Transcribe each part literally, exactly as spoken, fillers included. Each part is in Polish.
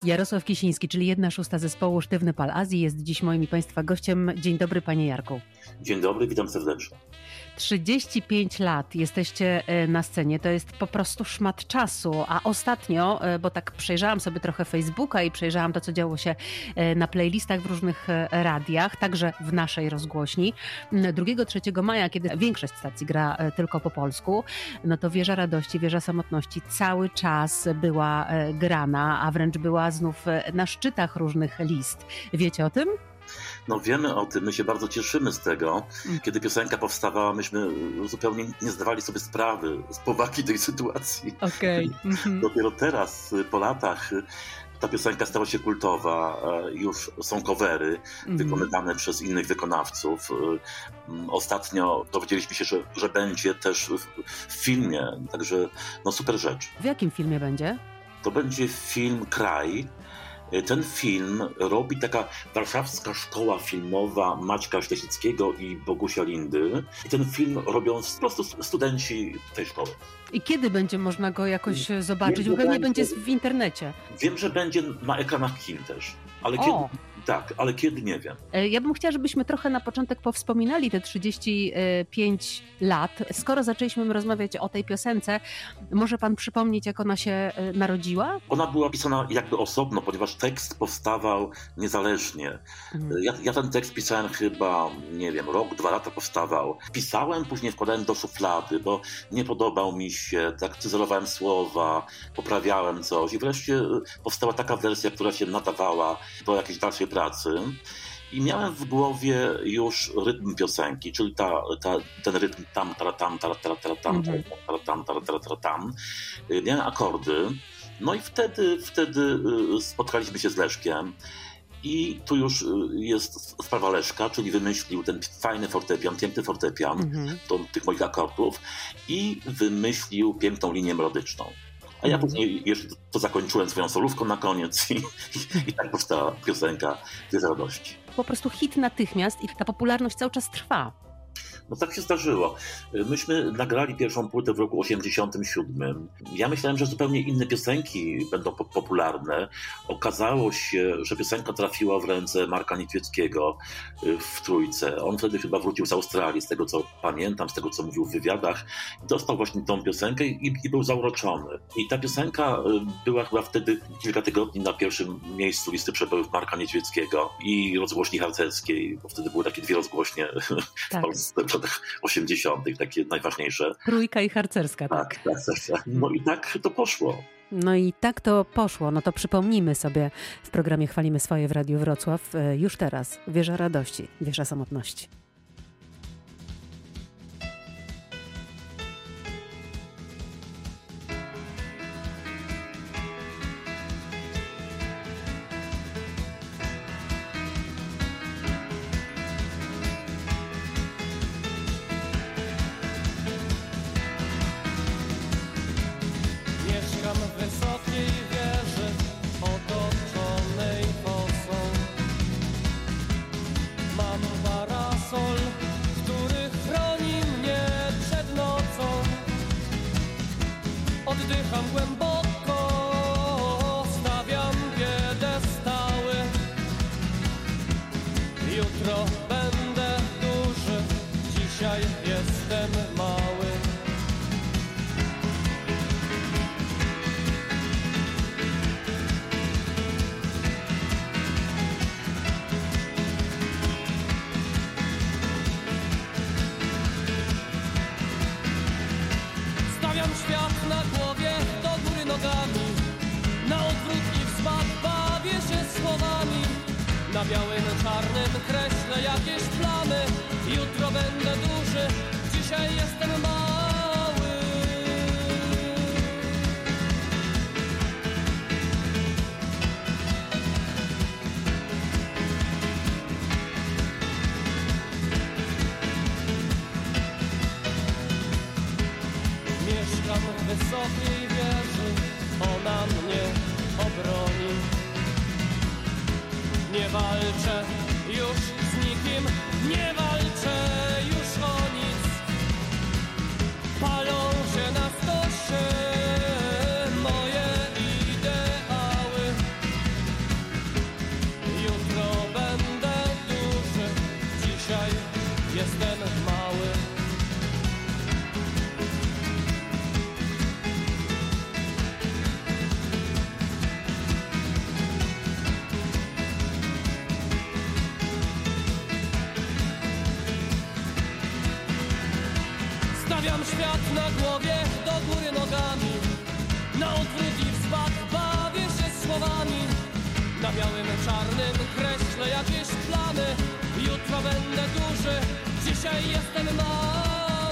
Jarosław Kisiński, czyli jedna szósta zespołu Sztywny Pal Azji, jest dziś moim i Państwa gościem. Dzień dobry, panie Jarku. Dzień dobry, witam serdecznie. trzydzieści pięć lat jesteście na scenie, to jest po prostu szmat czasu, a ostatnio, bo tak przejrzałam sobie trochę Facebooka i przejrzałam to, co działo się na playlistach w różnych radiach, także w naszej rozgłośni. drugiego trzeciego maja, kiedy większość stacji gra tylko po polsku, no to Wieża Radości, Wieża Samotności cały czas była grana, a wręcz była znów na szczytach różnych list. Wiecie o tym? No wiemy o tym, my się bardzo cieszymy z tego. Kiedy piosenka powstawała, myśmy zupełnie nie zdawali sobie sprawy z powagi tej sytuacji. Okay. Dopiero teraz, po latach, ta piosenka stała się kultowa, już są covery mm. wykonywane przez innych wykonawców. Ostatnio dowiedzieliśmy się, że, że będzie też w, w filmie, także no super rzecz. W jakim filmie będzie? To będzie film Kraj. Ten film robi taka warszawska szkoła filmowa Maćka Ślesickiego i Bogusia Lindy. I ten film robią po prostu studenci tej szkoły. I kiedy będzie można go jakoś zobaczyć? Bo pewnie będzie w internecie. Wiem, że będzie na ekranach kin też. Ale kiedy, tak, ale kiedy nie wiem. Ja bym chciała, żebyśmy trochę na początek powspominali te trzydzieści pięć lat. Skoro zaczęliśmy rozmawiać o tej piosence, może pan przypomnieć, jak ona się narodziła? Ona była pisana jakby osobno, ponieważ tekst powstawał niezależnie. Mhm. Ja, ja ten tekst pisałem chyba, nie wiem, rok, dwa lata powstawał. Pisałem, później wkładałem do szuflady, bo nie podobał mi się, tak cyzelowałem słowa, poprawiałem coś i wreszcie powstała taka wersja, która się nadawała do jakiejś dalszej pracy. I miałem w głowie już rytm piosenki, czyli ta, ta, ten rytm tam, tara, tam, tara, tara, tara, tam, tara, tam, tara, tara, tara, tam. Miałem akordy. No i wtedy, wtedy spotkaliśmy się z Leszkiem. I tu już jest sprawa Leszka, czyli wymyślił ten fajny fortepian, piękny fortepian mm-hmm. do tych moich akordów i wymyślił piękną linię melodyczną. A ja później jeszcze to zakończyłem swoją solówką na koniec i, i, i tak powstała piosenka Wieża Radości. Po prostu hit natychmiast i ta popularność cały czas trwa. No tak się zdarzyło. Myśmy nagrali pierwszą płytę w roku osiemdziesiątym siódmym. Ja myślałem, że zupełnie inne piosenki będą po- popularne. Okazało się, że piosenka trafiła w ręce Marka Niedźwieckiego w Trójce. On wtedy chyba wrócił z Australii, z tego co pamiętam, z tego co mówił w wywiadach. Dostał właśnie tą piosenkę i, i był zauroczony. I ta piosenka była chyba wtedy kilka tygodni na pierwszym miejscu listy przebojów Marka Niedźwieckiego i rozgłośni harcerskiej, bo wtedy były takie dwie rozgłośnie tak. w Polsce. W latach osiemdziesiątych, takie najważniejsze. Trójka i harcerska, tak. Tak, tak, tak. No i tak to poszło. No i tak to poszło. No to przypomnijmy sobie w programie Chwalimy Swoje w Radiu Wrocław już teraz Wieża Radości, Wieża Samotności. W wysokiej wieży otoczonej fosą mam parasol, który chroni mnie przed nocą. Oddycham głęboko, stawiam piedestały. Jutro będę duży, dzisiaj jestem mały. Świat na głowie, do góry nogami, na odwrót i w smak bawię się słowami. Na białym, czarnym kreślę jakieś plany. Jutro będę duży, dzisiaj jestem mały. Mieszkam w wysokiej wieży, ona mnie obroni. Nie walczę już z nikim, nie walczę już o nic. Stawiam świat na głowie, do góry nogami. Na odwrót i wzbak bawię się słowami. Na białym, czarnym kreślę jakieś plany. Jutro będę duży, dzisiaj jestem mały.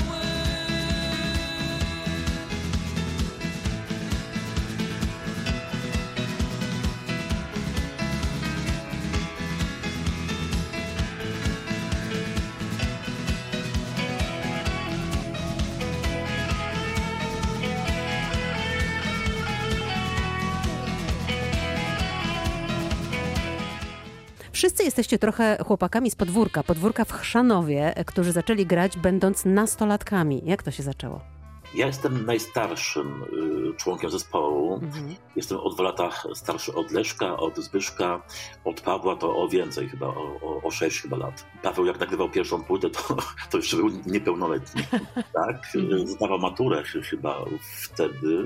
Wszyscy jesteście trochę chłopakami z podwórka, podwórka w Chrzanowie, którzy zaczęli grać będąc nastolatkami. Jak to się zaczęło? Ja jestem najstarszym y, członkiem zespołu. Mhm. Jestem o dwa lata starszy od Leszka, od Zbyszka, od Pawła to o więcej, chyba o, o, o sześć chyba lat. Paweł jak nagrywał pierwszą płytę, to, to jeszcze był niepełnoletni. Tak? Mhm. Zdawał maturę chyba wtedy.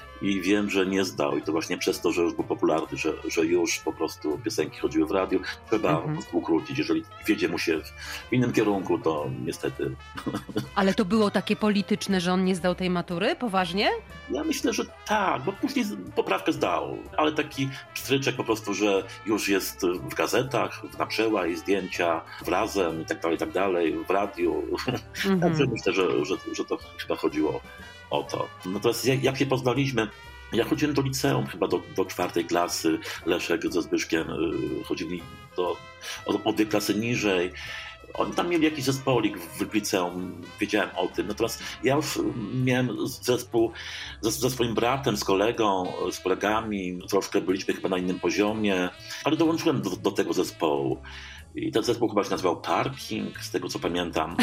I wiem, że nie zdał i to właśnie przez to, że już był popularny, że, że już po prostu piosenki chodziły w radiu, trzeba mhm. ukrócić. Jeżeli wiedzie mu się w innym kierunku, to niestety. Ale to było takie polityczne, że on nie zdał tej matury? Poważnie? Ja myślę, że tak, bo później poprawkę zdał, ale taki pstryczek po prostu, że już jest w gazetach, na przełaj, zdjęcia w Razem i tak dalej, i tak dalej, w radiu. Mhm. Także myślę, że, że, że to chyba chodziło o to. Natomiast jak, jak się poznaliśmy, ja chodziłem do liceum chyba do, do czwartej klasy, Leszek ze Zbyszkiem y, chodzili do, o, o dwie klasy niżej. Oni tam mieli jakiś zespolik w liceum, wiedziałem o tym. Natomiast ja już miałem zespół ze, ze swoim bratem, z kolegą, z kolegami. Troszkę byliśmy chyba na innym poziomie, ale dołączyłem do, do tego zespołu. I ten zespół chyba się nazywał Parking, z tego co pamiętam.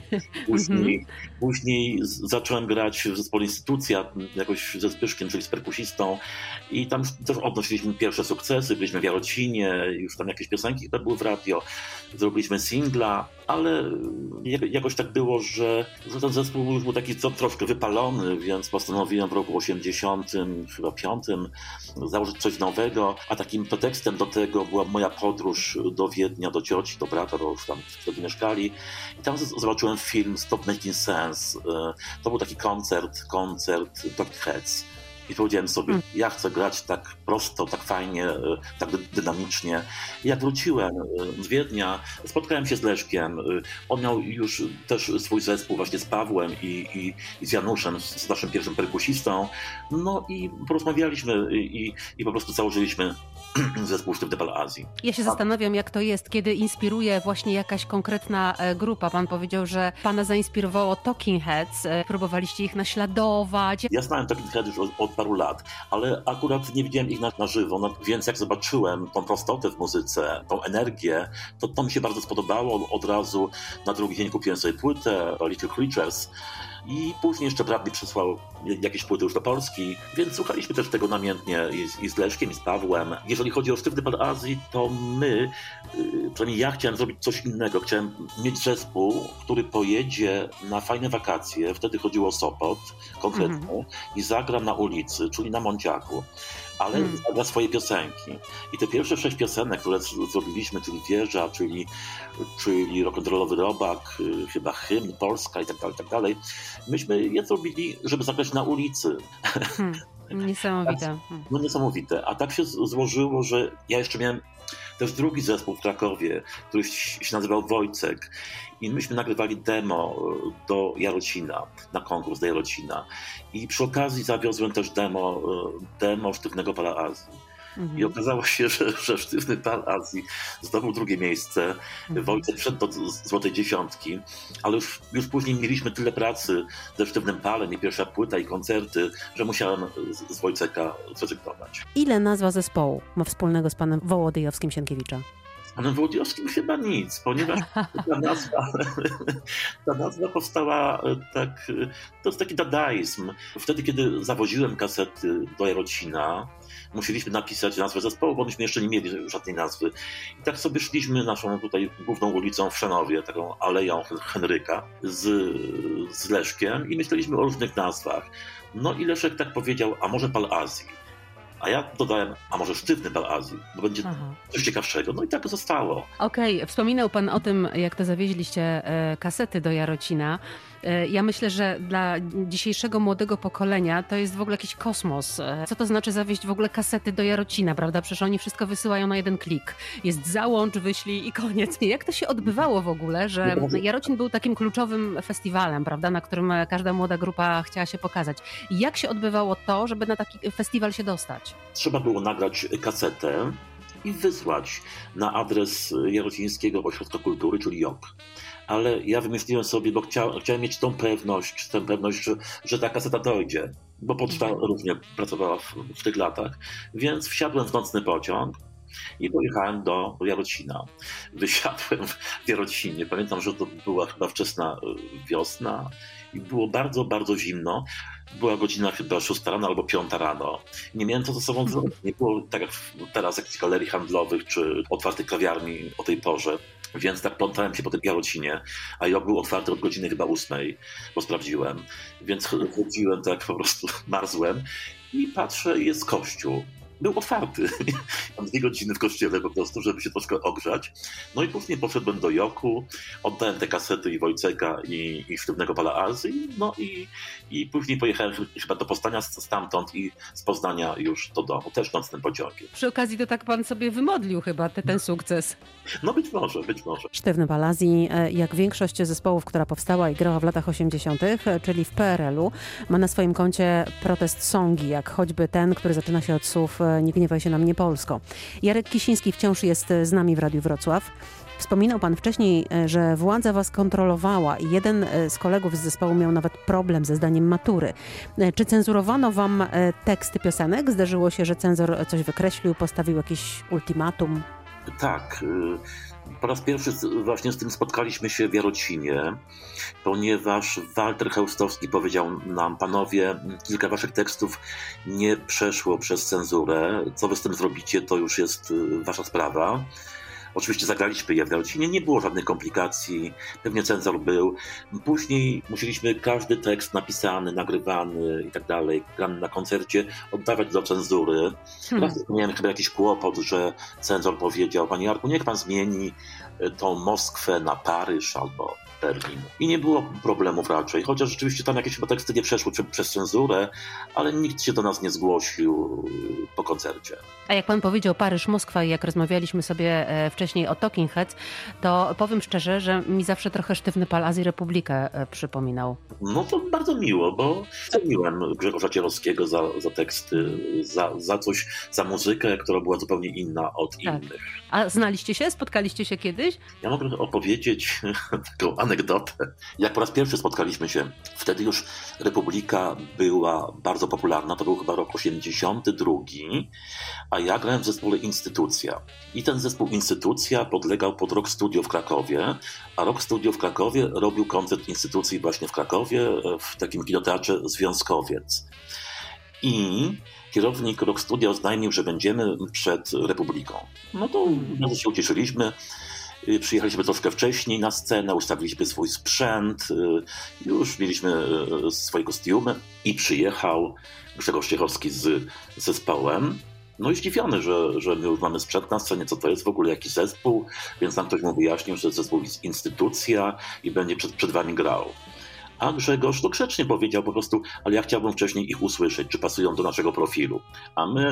Później, później zacząłem grać w zespole Instytucja, jakoś ze Zbyszkiem, czyli z perkusistą. I tam też odnosiliśmy pierwsze sukcesy, byliśmy w Jarocinie, już tam jakieś piosenki chyba były w radio. Zrobiliśmy singla, ale jakoś tak było, że, że ten zespół już był taki co, troszkę wypalony, więc postanowiłem w roku osiemdziesiątym, chyba piątym założyć coś nowego, a takim pretekstem do tego była moja podróż do Wiednia, do cioci, do brata, bo już tam wtedy mieszkali. I tam z- zobaczyłem film Stop Making Sense. To był taki koncert, koncert Talking Heads. I powiedziałem sobie, hmm. ja chcę grać tak prosto, tak fajnie, tak dynamicznie. I jak wróciłem z Wiednia, spotkałem się z Leszkiem. On miał już też swój zespół właśnie z Pawłem i, i, i z Januszem, z naszym pierwszym perkusistą. No i porozmawialiśmy i, i po prostu założyliśmy zespół Sztywny Bal Azji. Ja się A... zastanawiam, jak to jest, kiedy inspiruje właśnie jakaś konkretna grupa. Pan powiedział, że pana zainspirowało Talking Heads. Próbowaliście ich naśladować. Ja znałem Talking Heads już od, od paru lat, ale akurat nie widziałem ich na, na żywo, no, więc jak zobaczyłem tą prostotę w muzyce, tą energię, to to mi się bardzo spodobało. Od razu na drugi dzień kupiłem sobie płytę Little Creatures i później jeszcze brat mi przysłał jakieś płyty już do Polski, więc słuchaliśmy też tego namiętnie i, i z Leszkiem, i z Pawłem. Jeżeli chodzi o Sztywny Bal Azji, to my, przynajmniej ja chciałem zrobić coś innego. Chciałem mieć zespół, który pojedzie na fajne wakacje, wtedy chodziło o Sopot konkretnie, mm. i zagra na ulicy, czyli na Monciaku, ale mm. zagra swoje piosenki. I te pierwsze sześć piosenek, które z- zrobiliśmy, czyli Wieża, czyli, czyli rock'n'rollowy robak, chyba hymn, Polska i tak dalej, tak dalej, myśmy je zrobili, żeby zagrać na ulicy. Hmm. Niesamowite. Tak, no niesamowite. A tak się złożyło, że ja jeszcze miałem też drugi zespół w Krakowie, który się nazywał Wojcek. I myśmy nagrywali demo do Jarocina, na konkurs do Jarocina. I przy okazji zawiozłem też demo, demo Sztywnego Bala Azji. Mhm. I okazało się, że, że Sztywny Bal Azji zdobył drugie miejsce. Mhm. Wojtek wszedł do złotej dziesiątki, ale już, już później mieliśmy tyle pracy ze Sztywnym Balem i pierwsza płyta i koncerty, że musiałem z, z Wojceka zrezygnować. Ile nazwa zespołu ma wspólnego z panem Wołodyjowskim-Sienkiewicza? Z panem Wołodyjowskim chyba nic, ponieważ ta nazwa, ta nazwa powstała tak, to jest taki dadaizm. Wtedy, kiedy zawoziłem kasety do Jarocina, musieliśmy napisać nazwę zespołu, bo myśmy jeszcze nie mieli żadnej nazwy. I tak sobie szliśmy naszą tutaj główną ulicą w Chrzanowie, taką aleją Henryka z, z Leszkiem i myśleliśmy o różnych nazwach. No i Leszek tak powiedział, a może Bal Azji? A ja dodałem, a może Sztywny Bal Azji, bo będzie Aha. coś ciekawszego. No i tak zostało. Okej, okay. Wspominał pan o tym, jak to zawieźliście e, kasety do Jarocina. Ja myślę, że dla dzisiejszego młodego pokolenia to jest w ogóle jakiś kosmos. Co to znaczy zawieźć w ogóle kasety do Jarocina, prawda? Przecież oni wszystko wysyłają na jeden klik. Jest załącz, wyślij i koniec. Jak to się odbywało w ogóle, że Jarocin był takim kluczowym festiwalem, prawda, na którym każda młoda grupa chciała się pokazać. Jak się odbywało to, żeby na taki festiwal się dostać? Trzeba było nagrać kasetę i wysłać na adres Jarocińskiego Ośrodka Kultury, czyli J O K. Ale ja wymyśliłem sobie, bo chciał, chciałem mieć tą pewność, tę pewność, że, że ta kaseta dojdzie, bo poczta również pracowała w, w tych latach, więc wsiadłem w nocny pociąg i pojechałem do Jarocina. Wysiadłem w Jarocinie. Pamiętam, że to była chyba wczesna wiosna i było bardzo, bardzo zimno. Była godzina chyba szósta rano albo piąta rano. Nie miałem co ze sobą zrobić. Nie było tak jak teraz jakichś galerii handlowych czy otwartych kawiarni o tej porze. Więc tak plątałem się po tym Jarocinie, a J O K był otwarty od godziny chyba ósmej, bo sprawdziłem. Więc chodziłem tak po prostu, marzłem i patrzę, jest kościół. Był otwarty. Mam dwie godziny w kościele po prostu, żeby się troszkę ogrzać. No i później poszedłem do J O K-u, oddałem te kasety i Wojceka i, i Sztywnego Pola Azji, no i, i później pojechałem chyba do Poznania stamtąd i z Poznania już do domu, też nocnym pociągiem. Przy okazji to tak pan sobie wymodlił chyba te, ten sukces. No być może, być może. Sztywny Bal Azji, jak większość zespołów, która powstała i grała w latach osiemdziesiątych, czyli w P R L-u, ma na swoim koncie protest songi, jak choćby ten, który zaczyna się od słów „Nie gniewaj się na mnie, Polsko”. Jarek Kisiński wciąż jest z nami w Radiu Wrocław. Wspominał pan wcześniej, że władza was kontrolowała i jeden z kolegów z zespołu miał nawet problem ze zdaniem matury. Czy cenzurowano wam teksty piosenek? Zdarzyło się, że cenzor coś wykreślił, postawił jakieś ultimatum? Tak. Po raz pierwszy właśnie z tym spotkaliśmy się w Jarocinie, ponieważ Walter Chełstowski powiedział nam: panowie, kilka waszych tekstów nie przeszło przez cenzurę. Co wy z tym zrobicie, to już jest wasza sprawa. Oczywiście zagraliśmy je w Jarocinie, nie było żadnych komplikacji, pewnie cenzor był. Później musieliśmy każdy tekst napisany, nagrywany i tak dalej, grany na koncercie, oddawać do cenzury. Hmm. Raz miałem chyba jakiś kłopot, że cenzor powiedział: panie Jarku, niech pan zmieni tą Moskwę na Paryż albo Berlin. I nie było problemów raczej, chociaż rzeczywiście tam jakieś chyba teksty nie przeszły przez cenzurę, ale nikt się do nas nie zgłosił po koncercie. A jak pan powiedział Paryż, Moskwa i jak rozmawialiśmy sobie wcześniej o Talking Heads, to powiem szczerze, że mi zawsze trochę Sztywny Bal Azji Republikę przypominał. No to bardzo miło, bo ceniłem Grzegorza Cierowskiego za, za teksty, za, za coś, za muzykę, która była zupełnie inna od tak. innych. A znaliście się? Spotkaliście się kiedyś? Ja mogę opowiedzieć taką anegdotę. Jak po raz pierwszy spotkaliśmy się, wtedy już Republika była bardzo popularna, to był chyba rok osiemdziesiąty drugi, a ja grałem w zespole Instytucja. I ten zespół Instytucja podlegał pod Rock Studio w Krakowie, a Rock Studio w Krakowie robił koncert Instytucji właśnie w Krakowie, w takim kinoteatrze Związkowiec. I kierownik Rock Studio oznajmił, że będziemy przed Republiką. No to bardzo się ucieszyliśmy. Przyjechaliśmy troszkę wcześniej na scenę, ustawiliśmy swój sprzęt, już mieliśmy swoje kostiumy i przyjechał Grzegorz Cierowski z zespołem. No i zdziwiony, że, że my już mamy sprzęt na scenie, co to jest w ogóle, jaki zespół, więc nam ktoś mu wyjaśnił, że zespół jest Instytucja i będzie przed, przed wami grał. A Grzegorz to grzecznie powiedział po prostu: ale ja chciałbym wcześniej ich usłyszeć, czy pasują do naszego profilu. A my,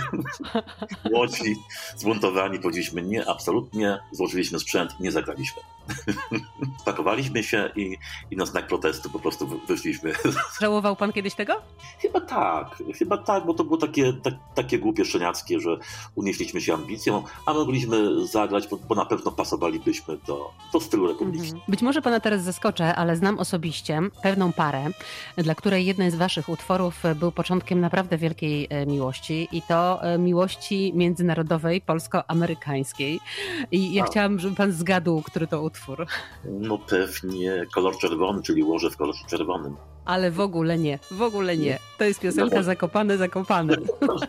młodzi, zbuntowani, powiedzieliśmy: nie, absolutnie, złożyliśmy sprzęt i nie zagraliśmy. Spakowaliśmy się i, i na znak protestu po prostu wyszliśmy. Żałował pan kiedyś tego? Chyba tak, chyba tak, bo to było takie, tak, takie głupie, szczeniackie, że unieśliśmy się ambicją, a mogliśmy zagrać, bo, bo na pewno pasowalibyśmy do, do stylu Republiki. Mhm. Być może pana teraz zaskoczę, ale znam osobiście pewną parę, dla której jeden z waszych utworów był początkiem naprawdę wielkiej miłości i to miłości międzynarodowej, polsko-amerykańskiej. I ja a. chciałam, żeby pan zgadł, który to utwór. No pewnie Kolor Czerwony, czyli Łoże w kolorze czerwonym. Ale w ogóle nie, w ogóle nie. To jest piosenka no, Zakopane, Zakopane.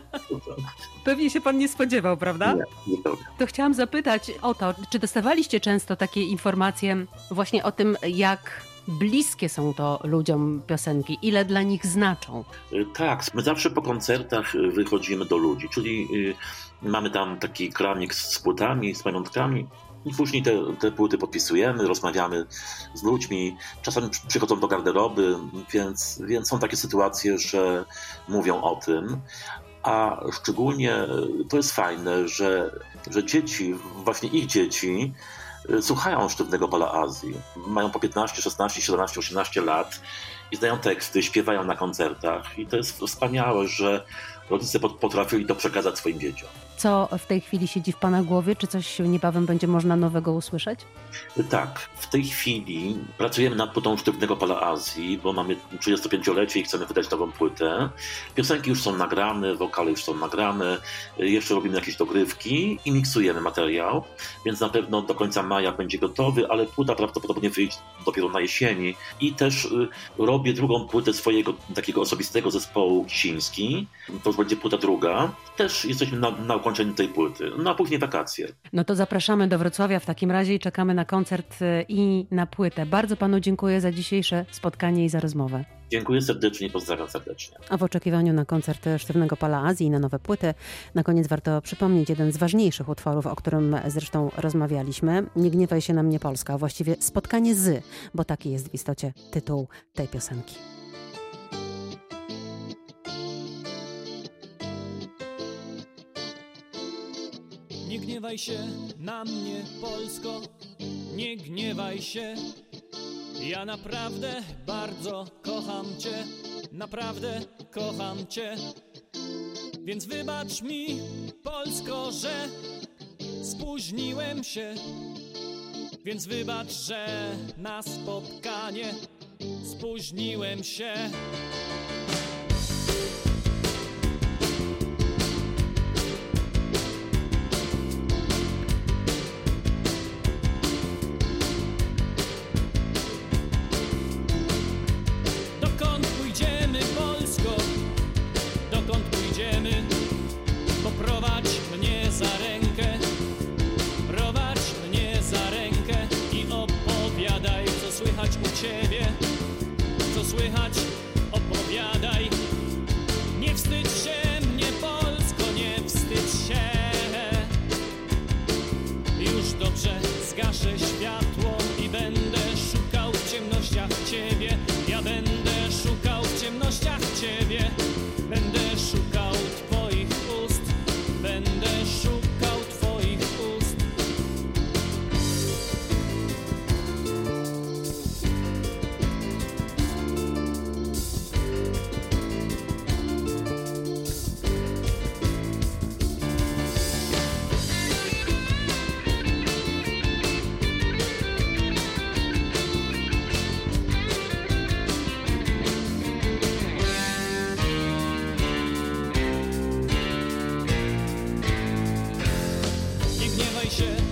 Pewnie się pan nie spodziewał, prawda? Nie, nie to. To chciałam zapytać o to, czy dostawaliście często takie informacje właśnie o tym, jak bliskie są to ludziom piosenki, ile dla nich znaczą? Tak, my zawsze po koncertach wychodzimy do ludzi, czyli mamy tam taki kramik z płytami, z pamiątkami I później te, te płyty podpisujemy, rozmawiamy z ludźmi. Czasami przychodzą do garderoby, więc, więc są takie sytuacje, że mówią o tym. A szczególnie to jest fajne, że, że dzieci, właśnie ich dzieci, słuchają Sztywnego Pola Azji. Mają po piętnaście, szesnaście, siedemnaście, osiemnaście lat i znają teksty, śpiewają na koncertach. I to jest wspaniałe, że rodzice potrafili to przekazać swoim dzieciom. Co w tej chwili siedzi w Pana głowie? Czy coś niebawem będzie można nowego usłyszeć? Tak, w tej chwili pracujemy nad płytą Sztywnego Pola Azji, bo mamy trzydziestopięciolecie i chcemy wydać nową płytę. Piosenki już są nagrane, wokale już są nagrane, jeszcze robimy jakieś dogrywki i miksujemy materiał, więc na pewno do końca maja będzie gotowy, ale płyta prawdopodobnie wyjdzie dopiero na jesieni. I też y, robię drugą płytę swojego takiego osobistego zespołu Kisiński. To już będzie płyta druga. Też jesteśmy na, na ukończeniu tej płyty. No a później wakacje. No to zapraszamy do Wrocławia w takim razie i czekamy na koncert i na płytę. Bardzo Panu dziękuję za dzisiejsze spotkanie i za rozmowę. Dziękuję serdecznie i pozdrawiam serdecznie. A w oczekiwaniu na koncert Sztywnego Pola Azji i na nowe płyty, na koniec warto przypomnieć jeden z ważniejszych utworów, o którym zresztą rozmawialiśmy. Nie gniewaj się na mnie Polska, a właściwie Spotkanie z, bo taki jest w istocie tytuł tej piosenki. Nie gniewaj się na mnie, Polsko, nie gniewaj się. Ja naprawdę bardzo kocham Cię, naprawdę kocham Cię. Więc wybacz mi, Polsko, że spóźniłem się. Więc wybacz, że na spotkanie spóźniłem się. Poprowadź mnie za rękę, prowadź mnie za rękę i opowiadaj, co słychać u Ciebie, co słychać, opowiadaj. Nie wstydź się mnie, Polsko, nie wstydź się. Już dobrze, zgaszę światło i będę szukał w ciemnościach Ciebie. Ja będę szukał w ciemnościach Ciebie, będę szukał Twoich ust. Będę szukał Twoich ust. Nie gniewaj się